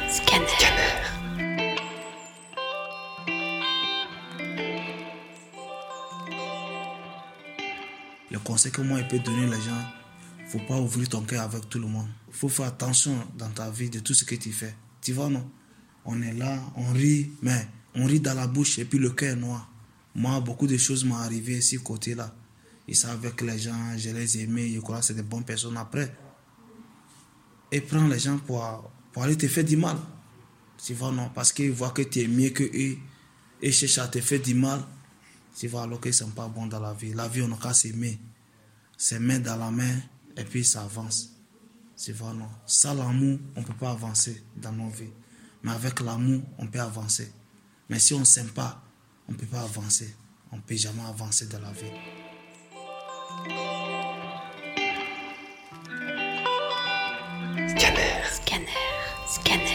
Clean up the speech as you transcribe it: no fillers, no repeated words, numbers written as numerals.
Scanner. Le conseil que moi je peux donner les gens, faut pas ouvrir ton cœur avec tout le monde. Faut faire attention dans ta vie de tout ce que tu fais. Tu vois, non? On est là, on rit, mais on rit dans la bouche et puis le cœur est noir. Moi, beaucoup de choses m'ont arrivé ici, côté-là. Et ça, avec les gens, je les aimais, je crois que c'est des bonnes personnes après. Et prends les gens pour aller te faire du mal. Tu vois, non? Parce qu'ils voient que tu es mieux que eux et cherchent à te faire du mal. Tu vois, alors qu'ils ne sont pas bons dans la vie. La vie, on n'a qu'à s'aimer. C'est main dans la main et puis ça avance. Tu vois, non? Sans l'amour, on ne peut pas avancer dans nos vies. Mais avec l'amour, on peut avancer. Mais si on ne s'aime pas, on ne peut pas avancer. On ne peut jamais avancer dans la vie. Scanner.